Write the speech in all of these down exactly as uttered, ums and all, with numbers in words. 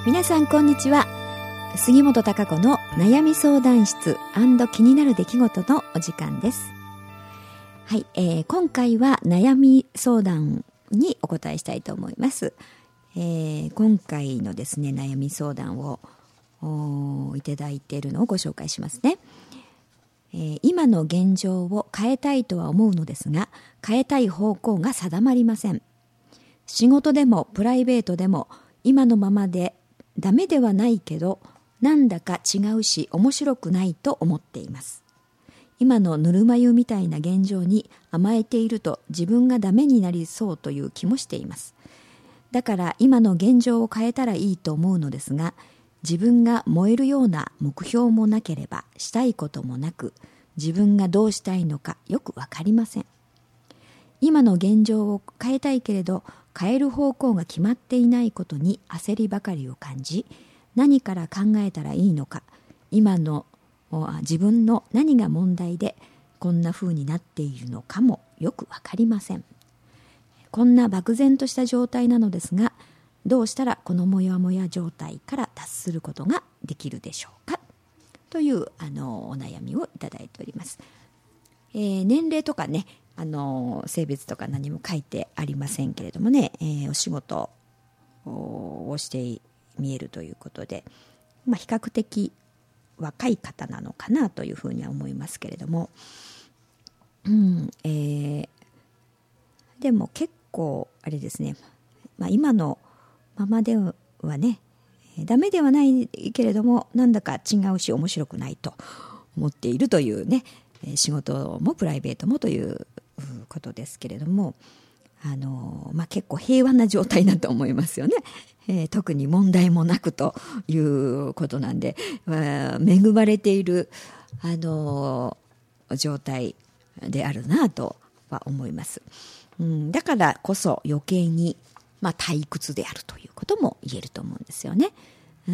皆さんこんにちは。杉本孝子の悩み相談室&気になる出来事のお時間です。はい、えー、今回は悩み相談にお答えしたいと思います。えー、今回のですね悩み相談をいただいているのをご紹介しますね。えー、今の現状を変えたいとは思うのですが、変えたい方向が定まりません。仕事でもプライベートでも今のままでダメではないけど、なんだか違うし面白くないと思っています。今のぬるま湯みたいな現状に甘えていると自分がダメになりそうという気もしています。だから今の現状を変えたらいいと思うのですが、自分が燃えるような目標もなければしたいこともなく、自分がどうしたいのかよくわかりません。今の現状を変えたいけれど、変える方向が決まっていないことに焦りばかりを感じ、何から考えたらいいのか、今の自分の何が問題でこんな風になっているのかもよくわかりません。こんな漠然とした状態なのですが、どうしたらこのモヤモヤ状態から脱することができるでしょうか、というあのお悩みをいただいております。えー、年齢とかね、あの性別とか何も書いてありませんけれどもね、えー、お仕事をして見えるということで、まあ、比較的若い方なのかなというふうには思いますけれども、うんえー、でも結構あれですね、まあ、今のままではねダメではないけれども、なんだか違うし面白くないと思っているというね、仕事もプライベートもということですけれども、あの、まあ、結構平和な状態だと思いますよね。えー、特に問題もなくということなんで、まあ、恵まれているあの状態であるなとは思います。うん、だからこそ余計に、まあ、退屈であるということも言えると思うんですよね。うん、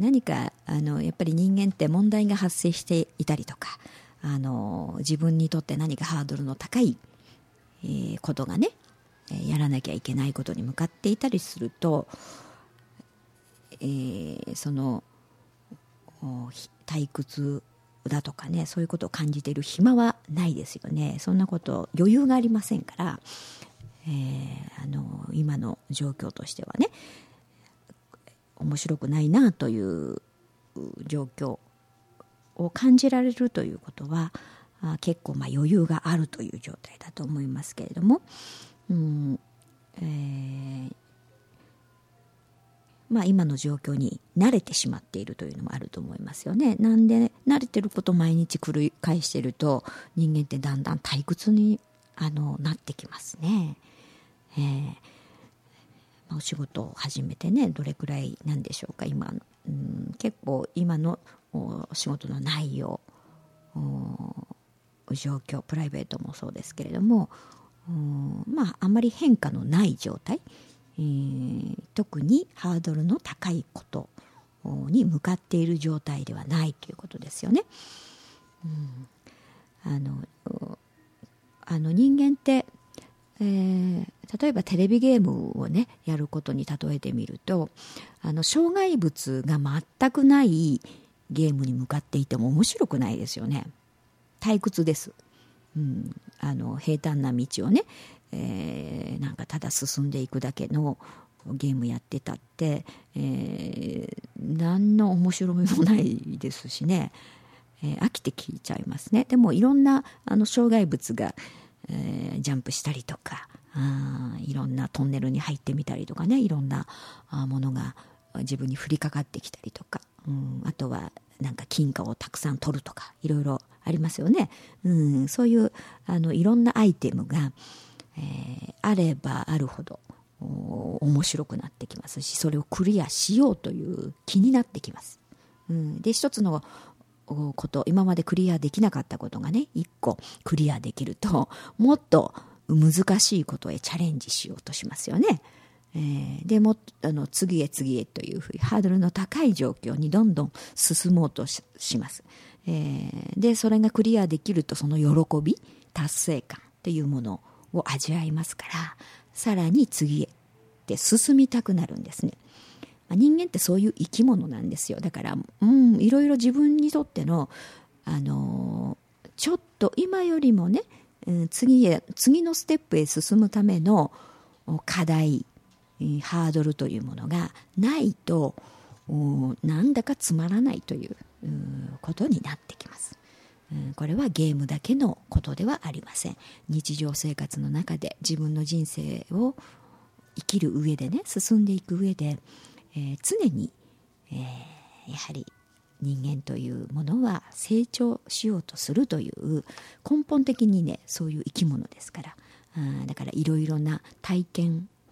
何かあのやっぱり人間って問題が発生していたりとか、あの自分にとって何かハードルの高い、えー、ことがね、やらなきゃいけないことに向かっていたりすると、えー、その退屈だとかね、そういうことを感じている暇はないですよね。そんなこと余裕がありませんから、えー、あの今の状況としてはね、面白くないなという状況を感じられるということは、あ結構まあ余裕があるという状態だと思いますけれども、うんえーまあ、今の状況に慣れてしまっているというのもあると思いますよね。なんで慣れてることを毎日繰り返していると、人間ってだんだん退屈にあのなってきますね。えーまあ、お仕事を始めてね、どれくらいなんでしょうか今、うん、結構今のお仕事の内容、状況、プライベートもそうですけれども、うんまあ、あまり変化のない状態、えー、特にハードルの高いことに向かっている状態ではないということですよね。うん、あのあの人間って、えー、例えばテレビゲームをねやることに例えてみると、あの障害物が全くないゲームに向かっていても面白くないですよね。退屈です。うん、あの平坦な道をね、えー、なんかただ進んでいくだけのゲームやってたって、えー、何の面白みもないですしね、えー、飽きてきちゃいますね。でもいろんなあの障害物が、えー、ジャンプしたりとか、あいろんなトンネルに入ってみたりとかね、いろんなものが自分に降りかかってきたりとか、うん、あとはなんか金貨をたくさん取るとかいろいろありますよね。うん、そういうあのいろんなアイテムが、えー、あればあるほど面白くなってきますし、それをクリアしようという気になってきます。うん、で一つのこと、今までクリアできなかったことがね一個クリアできると、もっと難しいことへチャレンジしようとしますよね。えー、でもあの次へ次へというふうにハードルの高い状況にどんどん進もうと し, します、えー、でそれがクリアできると、その喜び達成感というものを味わいますから、さらに次へって進みたくなるんですね。 まあ、人間ってそういう生き物なんですよ。だから、うん、いろいろ自分にとっての、あのー、ちょっと今よりもね、うん、次へ次のステップへ進むための課題、ハードルというものがないと、なんだかつまらないということになってきます。これはゲームだけのことではありません。日常生活の中で自分の人生を生きる上でね、進んでいく上で、えー、常に、えー、やはり人間というものは成長しようとするという根本的にね、そういう生き物ですから、あだからいろいろな体験、うん、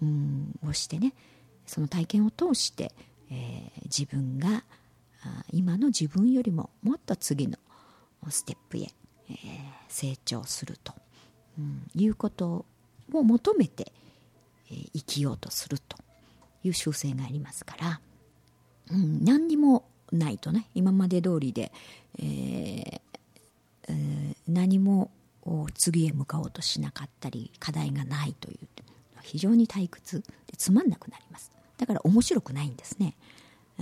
をしてね、その体験を通して、えー、自分が今の自分よりももっと次のステップへ、えー、成長すると、うん、いうことを求めて、えー、生きようとするという習性がありますから、うん、何にもないとね、今まで通りで、えーえー、何も次へ向かおうとしなかったり、課題がないという非常に退屈でつまんなくなります。だから面白くないんですね。うん、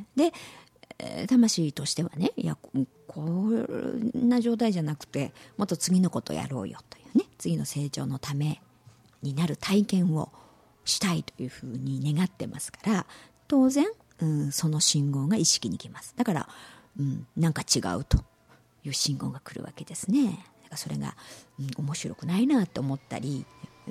で魂としてはね、いやこんな状態じゃなくてもっと次のことをやろうよというね、次の成長のためになる体験をしたいというふうに願ってますから、当然、うん、その信号が意識に来ます。だから、うん、なんか違うという信号が来るわけですね。だからそれが、うん、面白くないなと思ったり、うん、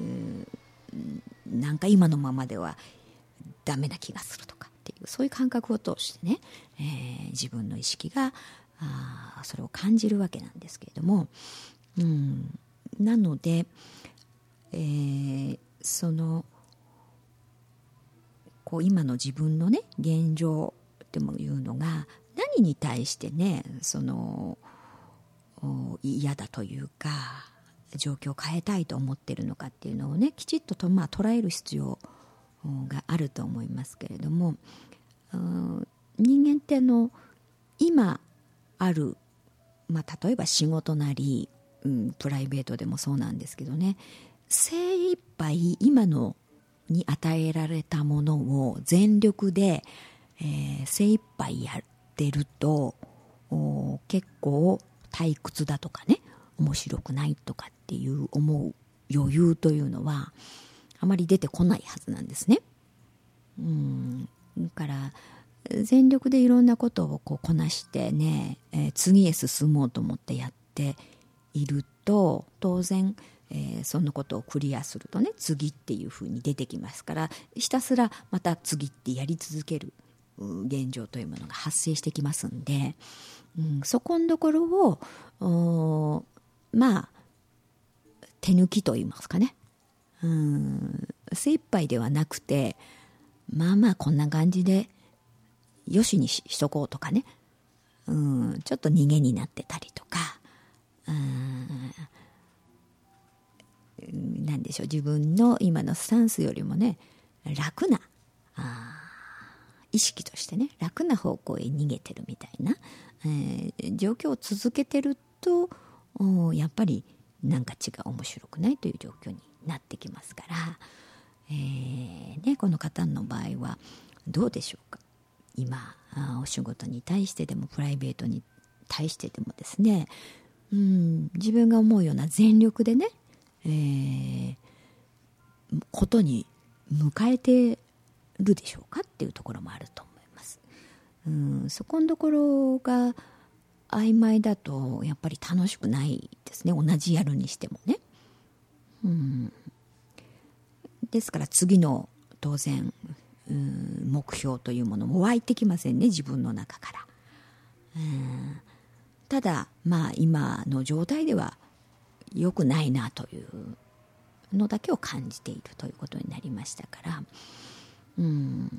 なんか今のままではダメな気がするとかっていう、そういう感覚を通してね、えー、自分の意識があそれを感じるわけなんですけれども、うん、なので、えー、そのこう今の自分のね現状っていうのが何に対してね、その嫌だというか状況を変えたいと思っているのかっていうのをね、きちっとと、まあ、捉える必要があると思いますけれども、人間っての今ある、まあ、例えば仕事なり、うん、プライベートでもそうなんですけどね、精一杯今のに与えられたものを全力で、えー、精一杯やってると結構退屈だとかね、面白くないとかっていう思う余裕というのはあまり出てこないはずなんですね。うん、だから全力でいろんなことをこうこなしてね、えー、次へ進もうと思ってやっていると当然、えー、そのことをクリアするとね、次っていうふうに出てきますから、ひたすらまた次ってやり続ける現状というものが発生してきますんで、うん、そこのところをまあ手抜きと言いますかね、うん、精一杯ではなくて、まあまあこんな感じでよしに し, しとこうとかね、うん、ちょっと逃げになってたりとか、うん、なんでしょう、自分の今のスタンスよりもね楽なあ意識としてね、楽な方向へ逃げてるみたいな、えー、状況を続けてるとやっぱりなんか違う、面白くないという状況になってきますから、えーね、この方の場合はどうでしょうか。今お仕事に対してでもプライベートに対してでもですね、うん、自分が思うような全力でね、えー、ことに迎えてるでしょうかっていうところもあると思います。うん、そこのところが曖昧だとやっぱり楽しくないですね、同じやるにしてもね。うん、ですから次の当然、うん、目標というものも湧いてきませんね、自分の中から。うん、ただまあ今の状態では良くないなというのだけを感じているということになりましたから、うん、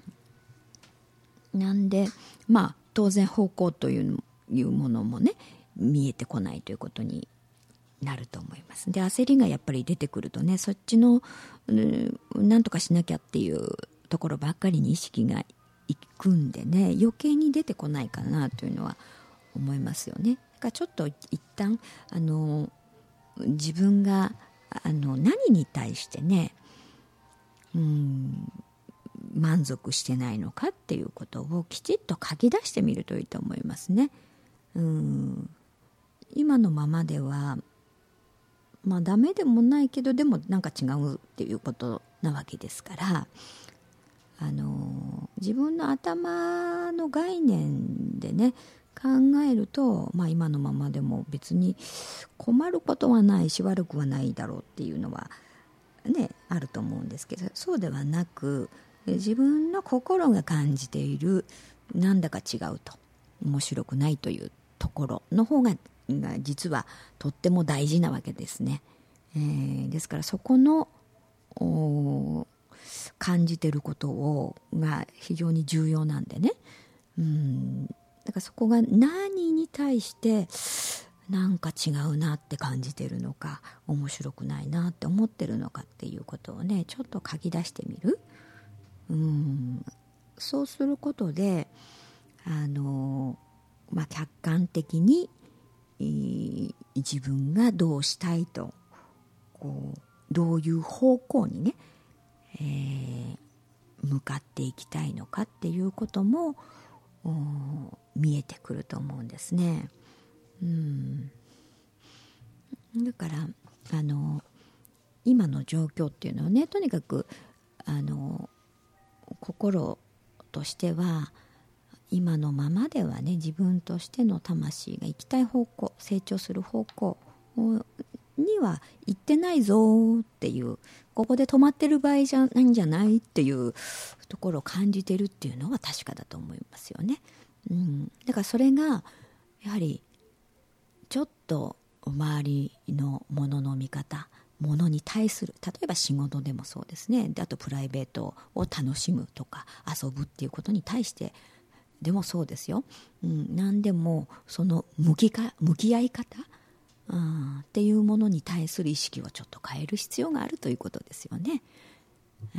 なんでまあ当然方向といういうものもね見えてこないということになると思います。で焦りがやっぱり出てくるとね、そっちの、うん、なんとかしなきゃっていうところばっかりに意識がいくんでね、余計に出てこないかなというのは思いますよね。だからちょっと一旦あの自分があの何に対してね、うん、 満足してないのかっていうことをきちっと書き出してみるといいと思いますね。うん、今のままではまあダメでもないけど、でもなんか違うっていうことなわけですから、あの自分の頭の概念でね考えると、まあ、今のままでも別に困ることはないし悪くはないだろうっていうのはねあると思うんですけど、そうではなく、自分の心が感じているなんだか違うと、面白くないというところの方が実はとっても大事なわけですね。えー、ですからそこの感じてることをが非常に重要なんでね、うん、だからそこが何に対してなんか違うなって感じてるのか、面白くないなって思ってるのかっていうことをねちょっと書き出してみる。うん、そうすることであの、まあ、客観的に、えー、自分がどうしたいと、こうどういう方向にね、えー、向かっていきたいのかっていうことも見えてくると思うんですね。うん、だからあの今の状況っていうのはね、とにかくあの心としては今のままではね、自分としての魂が行きたい方向、成長する方向には行ってないぞっていう、ここで止まってる場合じゃないんじゃないっていうところを感じてるっていうのは確かだと思いますよね。うん、だからそれがやはりちょっと周りのものの見方、ものに対する、例えば仕事でもそうですね。であとプライベートを楽しむとか遊ぶっていうことに対してでもそうですよ。うん、何でもその向きか向き合い方、うん、っていうものに対する意識をちょっと変える必要があるということですよね。うん、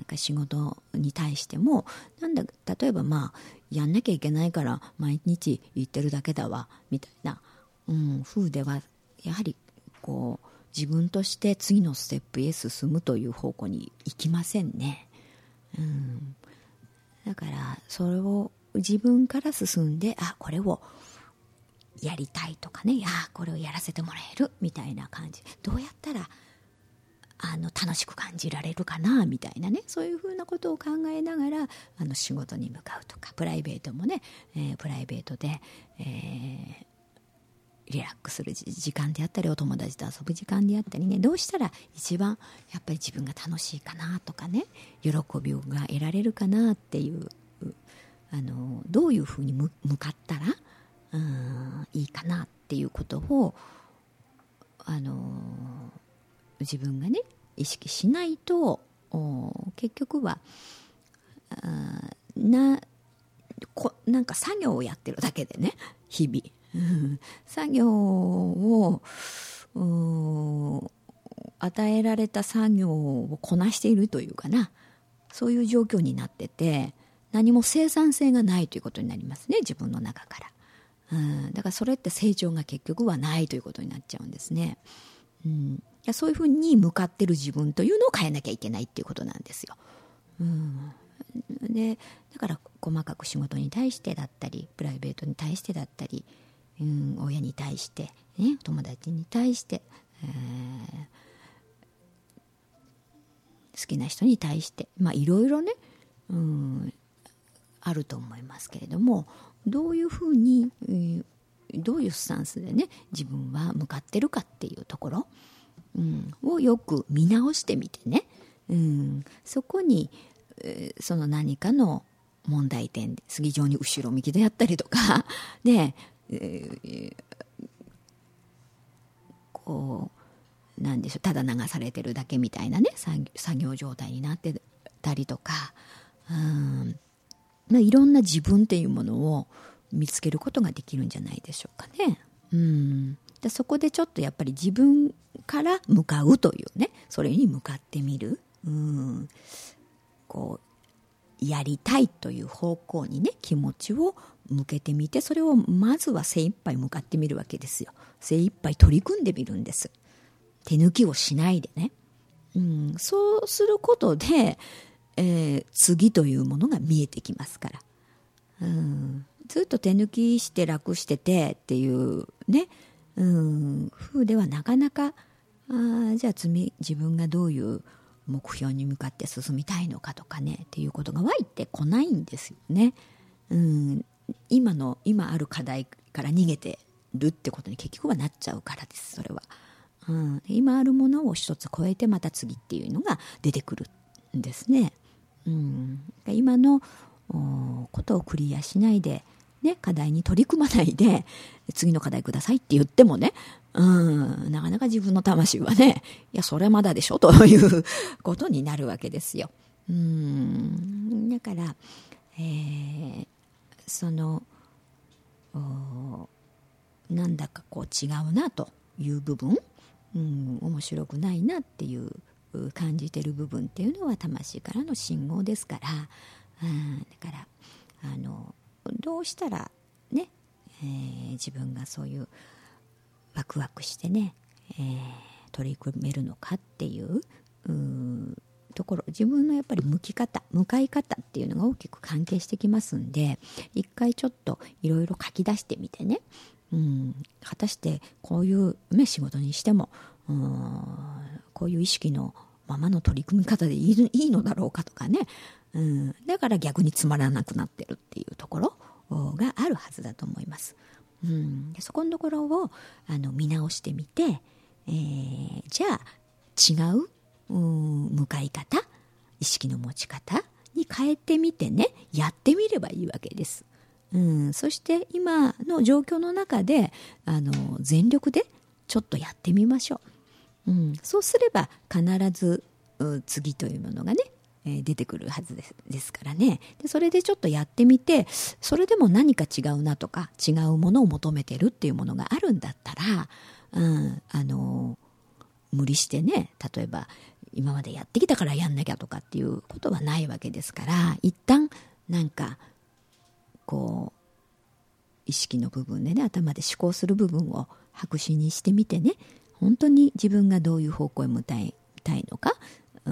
仕事に対してもなんだ例えばまあやんなきゃいけないから毎日言ってるだけだわみたいな、うん、風ではやはりこう自分として次のステップへ進むという方向に行きませんね。うん、だからそれを自分から進んで、あこれをやりたいとかね、あこれをやらせてもらえるみたいな感じ、どうやったらあの楽しく感じられるかなみたいなね、そういうふうなことを考えながらあの仕事に向かうとか、プライベートもね、えー、プライベートで、えー、リラックスする時間であったり、お友達と遊ぶ時間であったりね、どうしたら一番やっぱり自分が楽しいかなとかね、喜びが得られるかなっていう、あのどういうふうに向かったらうんいいかなっていうことをあの自分がね意識しないと結局はあなこなんか作業をやってるだけでね、日々、うん、作業を与えられた作業をこなしているというかな、そういう状況になってて、何も生産性がないということになりますね、自分の中から。うん、だからそれって成長が結局はないということになっちゃうんですね。うん、そういうふうに向かってる自分というのを変えなきゃいけないっていうことなんですよ。うん、でだから細かく仕事に対してだったり、プライベートに対してだったり、うん、親に対して、ね、友達に対して、えー、好きな人に対して、まあいろいろね、うん、あると思いますけれども、どういうふうに、えー、どういうスタンスでね自分は向かってるかっていうところ、うん、をよく見直してみてね、うん、そこに、えー、その何かの問題点で非常に後ろ向きであったりとかで、えー、こうなんでしょう、ただ流されてるだけみたいなね作業状態になってたりとか、うんまあ、いろんな自分っていうものを見つけることができるんじゃないでしょうかね。うん、でそこでちょっとやっぱり自分から向かうというね、それに向かってみる、うん、こうやりたいという方向にね気持ちを向けてみて、それをまずは精一杯向かってみるわけですよ。精一杯取り組んでみるんです。手抜きをしないでね、うん、そうすることでえー、次というものが見えてきますから、うん、ずっと手抜きして楽しててっていうね、うん、風ではなかなか、あ、じゃあ次自分がどういう目標に向かって進みたいのかとかねっていうことが湧いてこないんですよね、うん、今の今ある課題から逃げてるってことに結局はなっちゃうからです。それは、うん、今あるものを一つ超えてまた次っていうのが出てくるんですね、うん、今のことをクリアしないで、ね、課題に取り組まないで次の課題くださいって言ってもね、うん、なかなか自分の魂はね、いやそれはまだでしょということになるわけですよ。うん、だから、えー、そのなんだかこう違うなという部分、うん、面白くないなっていう感じてる部分っていうのは魂からの信号ですから、うん、だからあのどうしたらね、えー、自分がそういうワクワクしてね、えー、取り組めるのかっていう、うーところ、自分のやっぱり向き方向かい方っていうのが大きく関係してきますんで、一回ちょっといろいろ書き出してみてね、うん、果たしてこういう、ね、仕事にしてもうーんこういう意識のままの取り組み方でいい、いいのだろうかとかね、うん、だから逆につまらなくなってるっていうところがあるはずだと思います、うん、でそこのところをあの見直してみて、えー、じゃあ違う、うん、向かい方、意識の持ち方に変えてみてね、やってみればいいわけです、うん、そして今の状況の中であの全力でちょっとやってみましょう、うん、そうすれば必ず次というものがね、えー、出てくるはずです、ですからね。でそれでちょっとやってみて、それでも何か違うなとか違うものを求めてるっていうものがあるんだったら、うん、あの無理してね、例えば今までやってきたからやんなきゃとかっていうことはないわけですから、一旦なんかこう意識の部分でね、頭で思考する部分を白紙にしてみてね、本当に自分がどういう方向へ向かいたいのか、うん、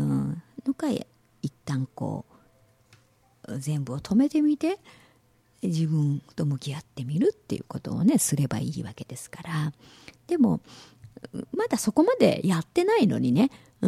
のか一旦こう全部を止めてみて自分と向き合ってみるっていうことをねすればいいわけですから。でもまだそこまでやってないのにね、うん、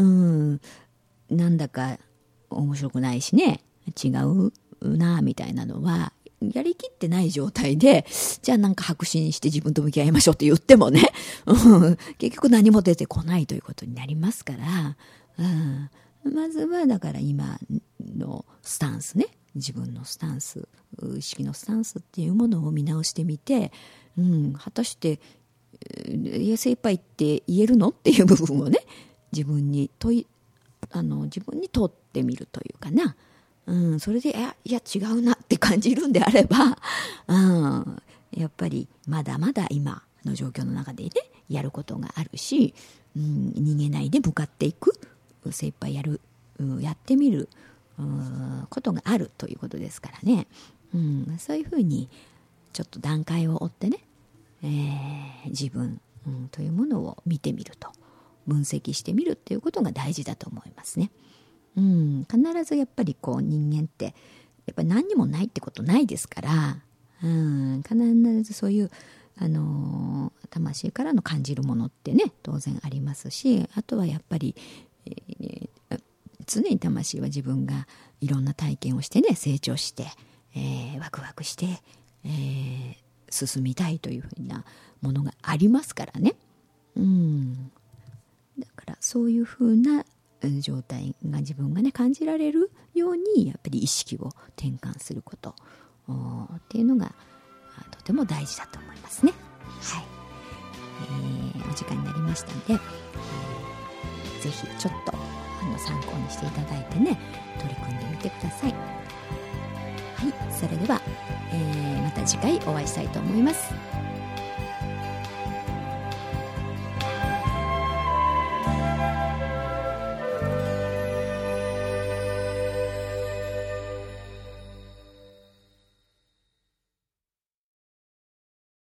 なんだか面白くないしね、違うなみたいなのはやりきってない状態で、じゃあなんか白紙にして自分と向き合いましょうって言ってもね、うん、結局何も出てこないということになりますから、うん、まずはだから今のスタンスね、自分のスタンス、意識のスタンスっていうものを見直してみて、うん、果たしていや精一杯って言えるのっていう部分をね、自分に問いあの自分に問ってみるというかな、うん、それでいや、いや違うなって感じるんであれば、うん、やっぱりまだまだ今の状況の中でねやることがあるし、うん、逃げないで向かっていく、精一杯やる、うん、やってみる、うん、ことがあるということですからね、うん、そういうふうにちょっと段階を追ってね、えー、自分、うん、というものを見てみると、分析してみるっていうことが大事だと思いますね。うん、必ずやっぱりこう人間ってやっぱり何にもないってことないですから、うん、必ずそういう、あのー、魂からの感じるものってね当然ありますし、あとはやっぱり、えー、常に魂は自分がいろんな体験をしてね成長して、えー、ワクワクして、えー、進みたいというふうなものがありますからね、うん、だからそういうふうな状態が自分がね感じられるようにやっぱり意識を転換することっていうのがとても大事だと思いますね。はい、えー、お時間になりましたので、えー、ぜひちょっとあの参考にしていただいてね取り組んでみてください。はい、それでは、えー、また次回お会いしたいと思います。